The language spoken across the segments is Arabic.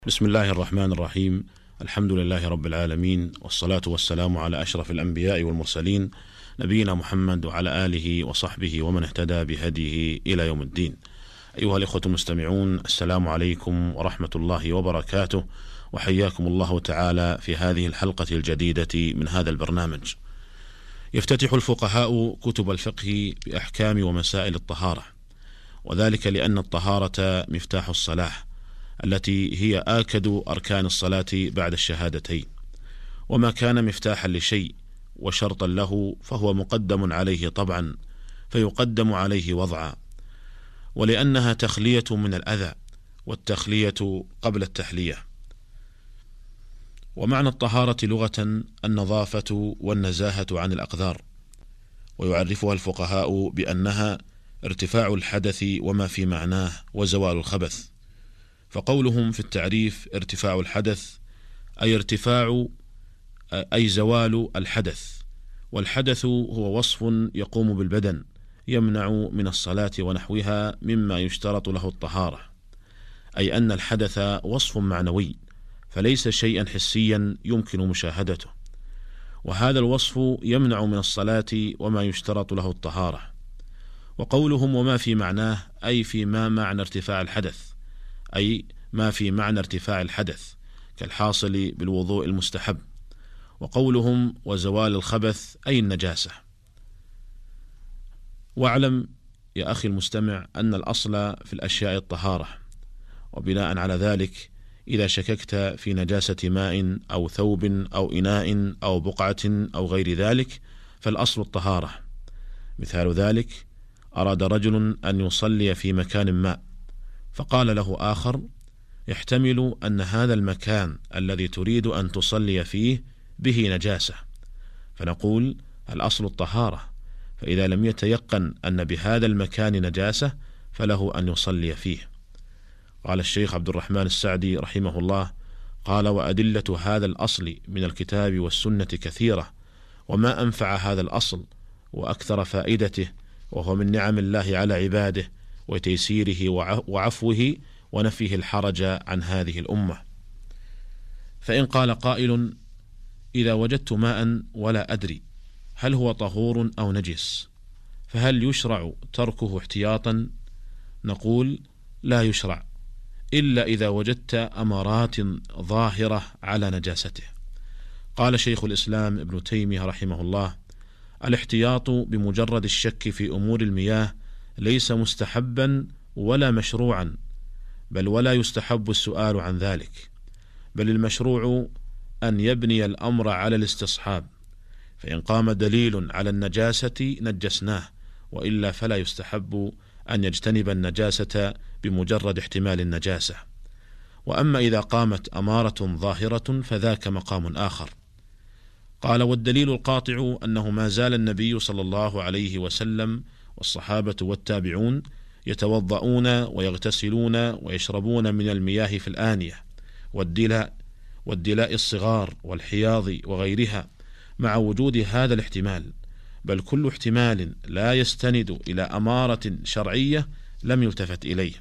بسم الله الرحمن الرحيم. الحمد لله رب العالمين، والصلاة والسلام على أشرف الأنبياء والمرسلين، نبينا محمد وعلى آله وصحبه ومن اهتدى بهديه إلى يوم الدين. أيها الإخوة المستمعون، السلام عليكم ورحمة الله وبركاته، وحياكم الله تعالى في هذه الحلقة الجديدة من هذا البرنامج. يفتتح الفقهاء كتب الفقه بأحكام ومسائل الطهارة، وذلك لأن الطهارة مفتاح الصلاح التي هي آكد أركان الصلاة بعد الشهادتين، وما كان مفتاحا لشيء وشرطا له فهو مقدم عليه طبعا، فيقدم عليه وضعا، ولأنها تخلية من الأذى، والتخلية قبل التحلية. ومعنى الطهارة لغة النظافة والنزاهة عن الأقذار، ويعرفها الفقهاء بأنها ارتفاع الحدث وما في معناه وزوال الخبث. فقولهم في التعريف ارتفاع الحدث أي زوال الحدث، والحدث هو وصف يقوم بالبدن يمنع من الصلاة ونحوها مما يشترط له الطهارة، أي أن الحدث وصف معنوي فليس شيئا حسيا يمكن مشاهدته، وهذا الوصف يمنع من الصلاة وما يشترط له الطهارة. وقولهم وما في معناه أي فيما معنى ارتفاع الحدث، أي ما في معنى ارتفاع الحدث كالحاصل بالوضوء المستحب. وقولهم وزوال الخبث أي النجاسة. واعلم يا أخي المستمع أن الأصل في الأشياء الطهارة، وبناء على ذلك إذا شككت في نجاسة ماء أو ثوب أو إناء أو بقعة أو غير ذلك فالأصل الطهارة. مثال ذلك: أراد رجل أن يصلي في مكان ما، فقال له آخر: يحتمل أن هذا المكان الذي تريد أن تصلي فيه به نجاسة، فنقول الأصل الطهارة، فإذا لم يتيقن أن بهذا المكان نجاسة فله أن يصلي فيه. قال الشيخ عبد الرحمن السعدي رحمه الله: قال: وأدلة هذا الأصل من الكتاب والسنة كثيرة، وما أنفع هذا الأصل وأكثر فائدته، وهو من نعم الله على عباده وتيسيره وعفوه ونفيه الحرج عن هذه الأمة. فإن قال قائل: إذا وجدت ماء ولا أدري هل هو طهور أو نجس، فهل يشرع تركه احتياطا؟ نقول: لا يشرع إلا إذا وجدت أمارات ظاهرة على نجاسته. قال شيخ الإسلام ابن تيمية رحمه الله: الاحتياط بمجرد الشك في أمور المياه ليس مستحبا ولا مشروعا، بل ولا يستحب السؤال عن ذلك، بل المشروع أن يبني الأمر على الاستصحاب، فإن قام دليل على النجاسة نجسناه، وإلا فلا يستحب أن يجتنب النجاسة بمجرد احتمال النجاسة. وأما إذا قامت أمارة ظاهرة فذاك مقام آخر. قال: والدليل القاطع أنه ما زال النبي صلى الله عليه وسلم والصحابة والتابعون يتوضؤون ويغتسلون ويشربون من المياه في الآنية والدلاء الصغار والحياض وغيرها، مع وجود هذا الاحتمال، بل كل احتمال لا يستند إلى أمارة شرعية لم يلتفت إليه.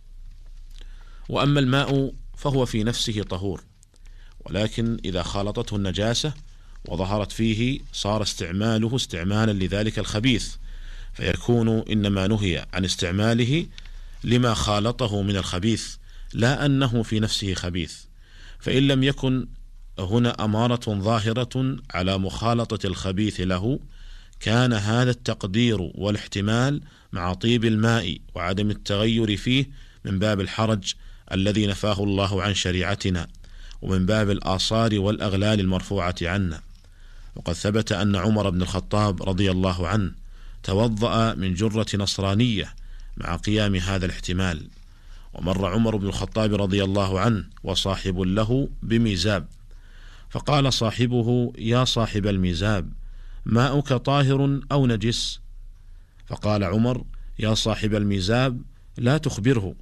وأما الماء فهو في نفسه طهور، ولكن إذا خالطته النجاسة وظهرت فيه صار استعماله استعمالا لذلك الخبيث، فيكون إنما نهي عن استعماله لما خالطه من الخبيث، لا أنه في نفسه خبيث. فإن لم يكن هنا أمارة ظاهرة على مخالطة الخبيث له، كان هذا التقدير والاحتمال مع طيب الماء وعدم التغير فيه من باب الحرج الذي نفاه الله عن شريعتنا، ومن باب الآصار والأغلال المرفوعة عنا. وقد ثبت أن عمر بن الخطاب رضي الله عنه توضأ من جرة نصرانية مع قيام هذا الاحتمال. ومر عمر بن الخطاب رضي الله عنه وصاحب له بميزاب، فقال صاحبه: يا صاحب الميزاب، ماؤك طاهر أو نجس؟ فقال عمر: يا صاحب الميزاب، لا تخبره.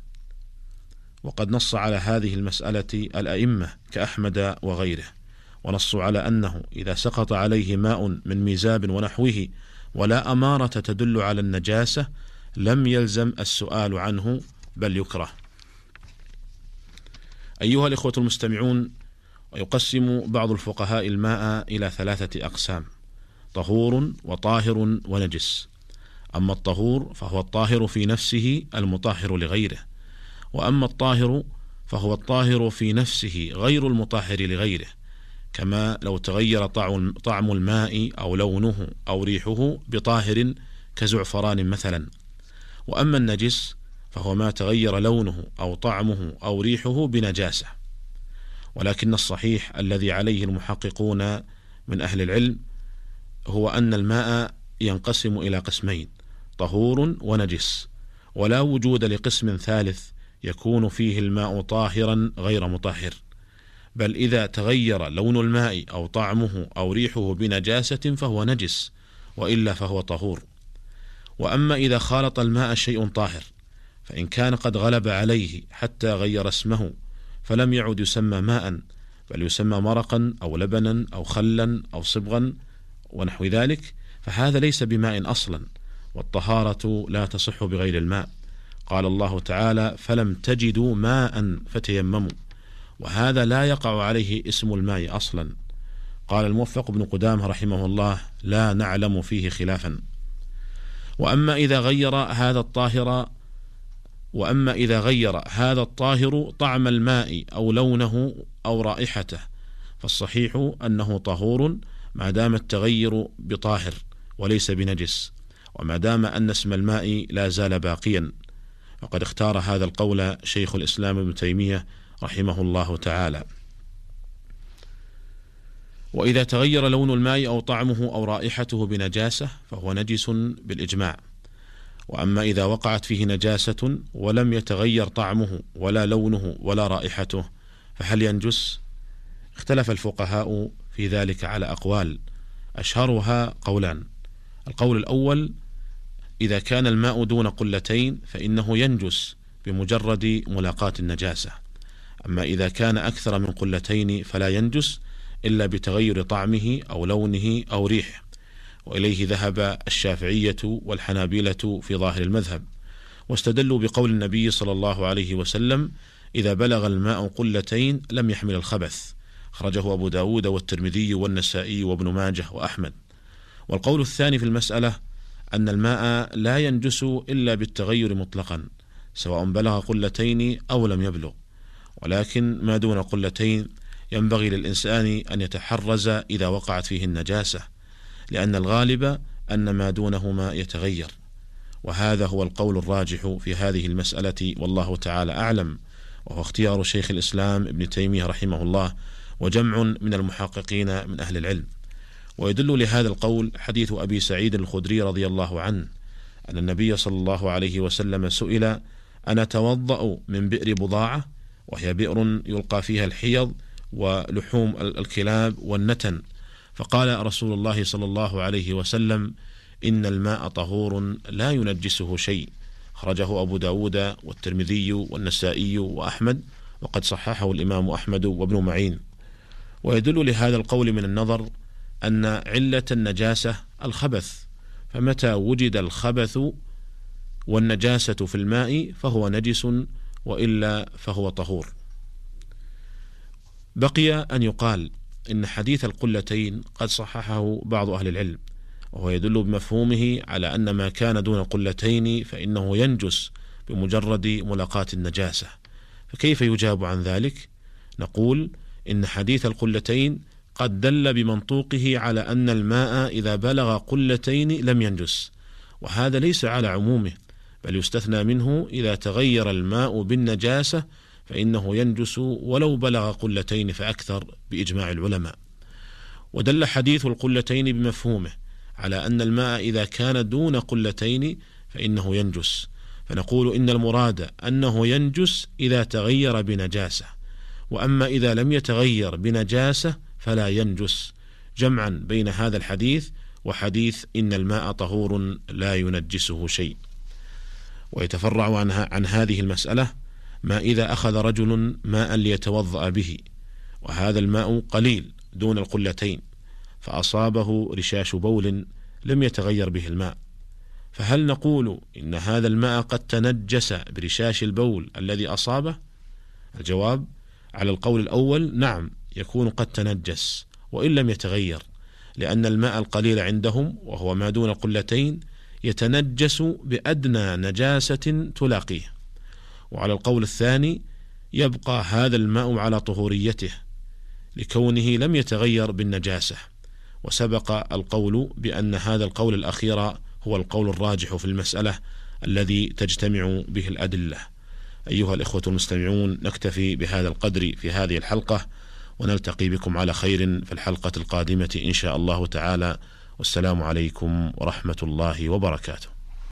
وقد نص على هذه المسألة الأئمة كأحمد وغيره، ونصوا على أنه إذا سقط عليه ماء من ميزاب ونحوه ولا أمارة تدل على النجاسة لم يلزم السؤال عنه، بل يكره. أيها الإخوة المستمعون، ويقسم بعض الفقهاء الماء إلى 3 أقسام: طهور وطاهر ونجس. أما الطهور فهو الطاهر في نفسه المطهر لغيره، وأما الطاهر فهو الطاهر في نفسه غير المطهر لغيره، كما لو تغير طعم الماء أو لونه أو ريحه بطاهر كزعفران مثلا. وأما النجس فهو ما تغير لونه أو طعمه أو ريحه بنجاسة. ولكن الصحيح الذي عليه المحققون من أهل العلم هو أن الماء ينقسم إلى قسمين: طهور ونجس، ولا وجود لقسم ثالث يكون فيه الماء طاهرا غير مطهر، بل إذا تغير لون الماء أو طعمه أو ريحه بنجاسة فهو نجس، وإلا فهو طهور. وأما إذا خالط الماء شيء طاهر، فإن كان قد غلب عليه حتى غير اسمه فلم يعد يسمى ماء، بل يسمى مرقا أو لبنا أو خلا أو صبغا ونحو ذلك، فهذا ليس بماء أصلا، والطهارة لا تصح بغير الماء. قال الله تعالى: فلم تجدوا ماء فتيمموا، وهذا لا يقع عليه اسم الماء أصلا. قال الموفق بن قدامة رحمه الله: لا نعلم فيه خلافا. وأما إذا غير هذا الطاهر طعم الماء أو لونه أو رائحته، فالصحيح أنه طهور ما دام التغير بطاهر وليس بنجس، وما دام أن اسم الماء لا زال باقيا. وقد اختار هذا القول شيخ الإسلام ابن تيمية رحمه الله تعالى. وإذا تغير لون الماء أو طعمه أو رائحته بنجاسة فهو نجس بالإجماع. وأما إذا وقعت فيه نجاسة ولم يتغير طعمه ولا لونه ولا رائحته فهل ينجس؟ اختلف الفقهاء في ذلك على أقوال، أشهرها قولان: القول الأول: إذا كان الماء دون قلتين فإنه ينجس بمجرد ملاقاة النجاسة. أما إذا كان أكثر من قلتين فلا ينجس إلا بتغير طعمه أو لونه أو ريحه، وإليه ذهب الشافعية والحنابلة في ظاهر المذهب، واستدلوا بقول النبي صلى الله عليه وسلم: إذا بلغ الماء قلتين لم يحمل الخبث، خرجه أبو داود والترمذي والنسائي وابن ماجه وأحمد. والقول الثاني في المسألة أن الماء لا ينجس إلا بالتغير مطلقا، سواء بلغ قلتين أو لم يبلغ، ولكن ما دون قلتين ينبغي للإنسان أن يتحرز إذا وقعت فيه النجاسة، لأن الغالب أن ما دونهما يتغير. وهذا هو القول الراجح في هذه المسألة، والله تعالى أعلم، وهو اختيار شيخ الإسلام ابن تيمية رحمه الله وجمع من المحققين من أهل العلم. ويدل لهذا القول حديث أبي سعيد الخدري رضي الله عنه أن النبي صلى الله عليه وسلم سئل: أنا توضأ من بئر بضاعة، وهي بئر يلقى فيها الحيض ولحوم الكلاب والنتن، فقال رسول الله صلى الله عليه وسلم: إن الماء طهور لا ينجسه شيء، خرجه أبو داود والترمذي والنسائي وأحمد، وقد صححه الإمام أحمد وابن معين. ويدل لهذا القول من النظر أن علة النجاسة الخبث، فمتى وجد الخبث والنجاسة في الماء فهو نجس، وإلا فهو طهور. بقي أن يقال إن حديث القلتين قد صححه بعض أهل العلم، وهو يدل بمفهومه على أن ما كان دون قلتين فإنه ينجس بمجرد ملاقاة النجاسة. فكيف يجاب عن ذلك؟ نقول إن حديث القلتين قد دل بمنطوقه على أن الماء إذا بلغ قلتين لم ينجس، وهذا ليس على عمومه، بل يستثنى منه إذا تغير الماء بالنجاسة فإنه ينجس ولو بلغ قلتين فأكثر بإجماع العلماء. ودل حديث القلتين بمفهومه على أن الماء إذا كان دون قلتين فإنه ينجس، فنقول إن المراد أنه ينجس إذا تغير بنجاسة، وأما إذا لم يتغير بنجاسة فلا ينجس، جمعا بين هذا الحديث وحديث إن الماء طهور لا ينجسه شيء. ويتفرع عن هذه المسألة ما إذا أخذ رجل ماء ليتوضأ به، وهذا الماء قليل دون القلتين، فأصابه رشاش بول لم يتغير به الماء، فهل نقول إن هذا الماء قد تنجس برشاش البول الذي أصابه؟ الجواب على القول الأول نعم يكون قد تنجس وإن لم يتغير، لأن الماء القليل عندهم وهو ما دون القلتين يتنجس بأدنى نجاسة تلاقيه. وعلى القول الثاني يبقى هذا الماء على طهوريته لكونه لم يتغير بالنجاسة، وسبق القول بأن هذا القول الأخير هو القول الراجح في المسألة الذي تجتمع به الأدلة. أيها الإخوة المستمعون، نكتفي بهذا القدر في هذه الحلقة، ونلتقي بكم على خير في الحلقة القادمة إن شاء الله تعالى، والسلام عليكم ورحمة الله وبركاته.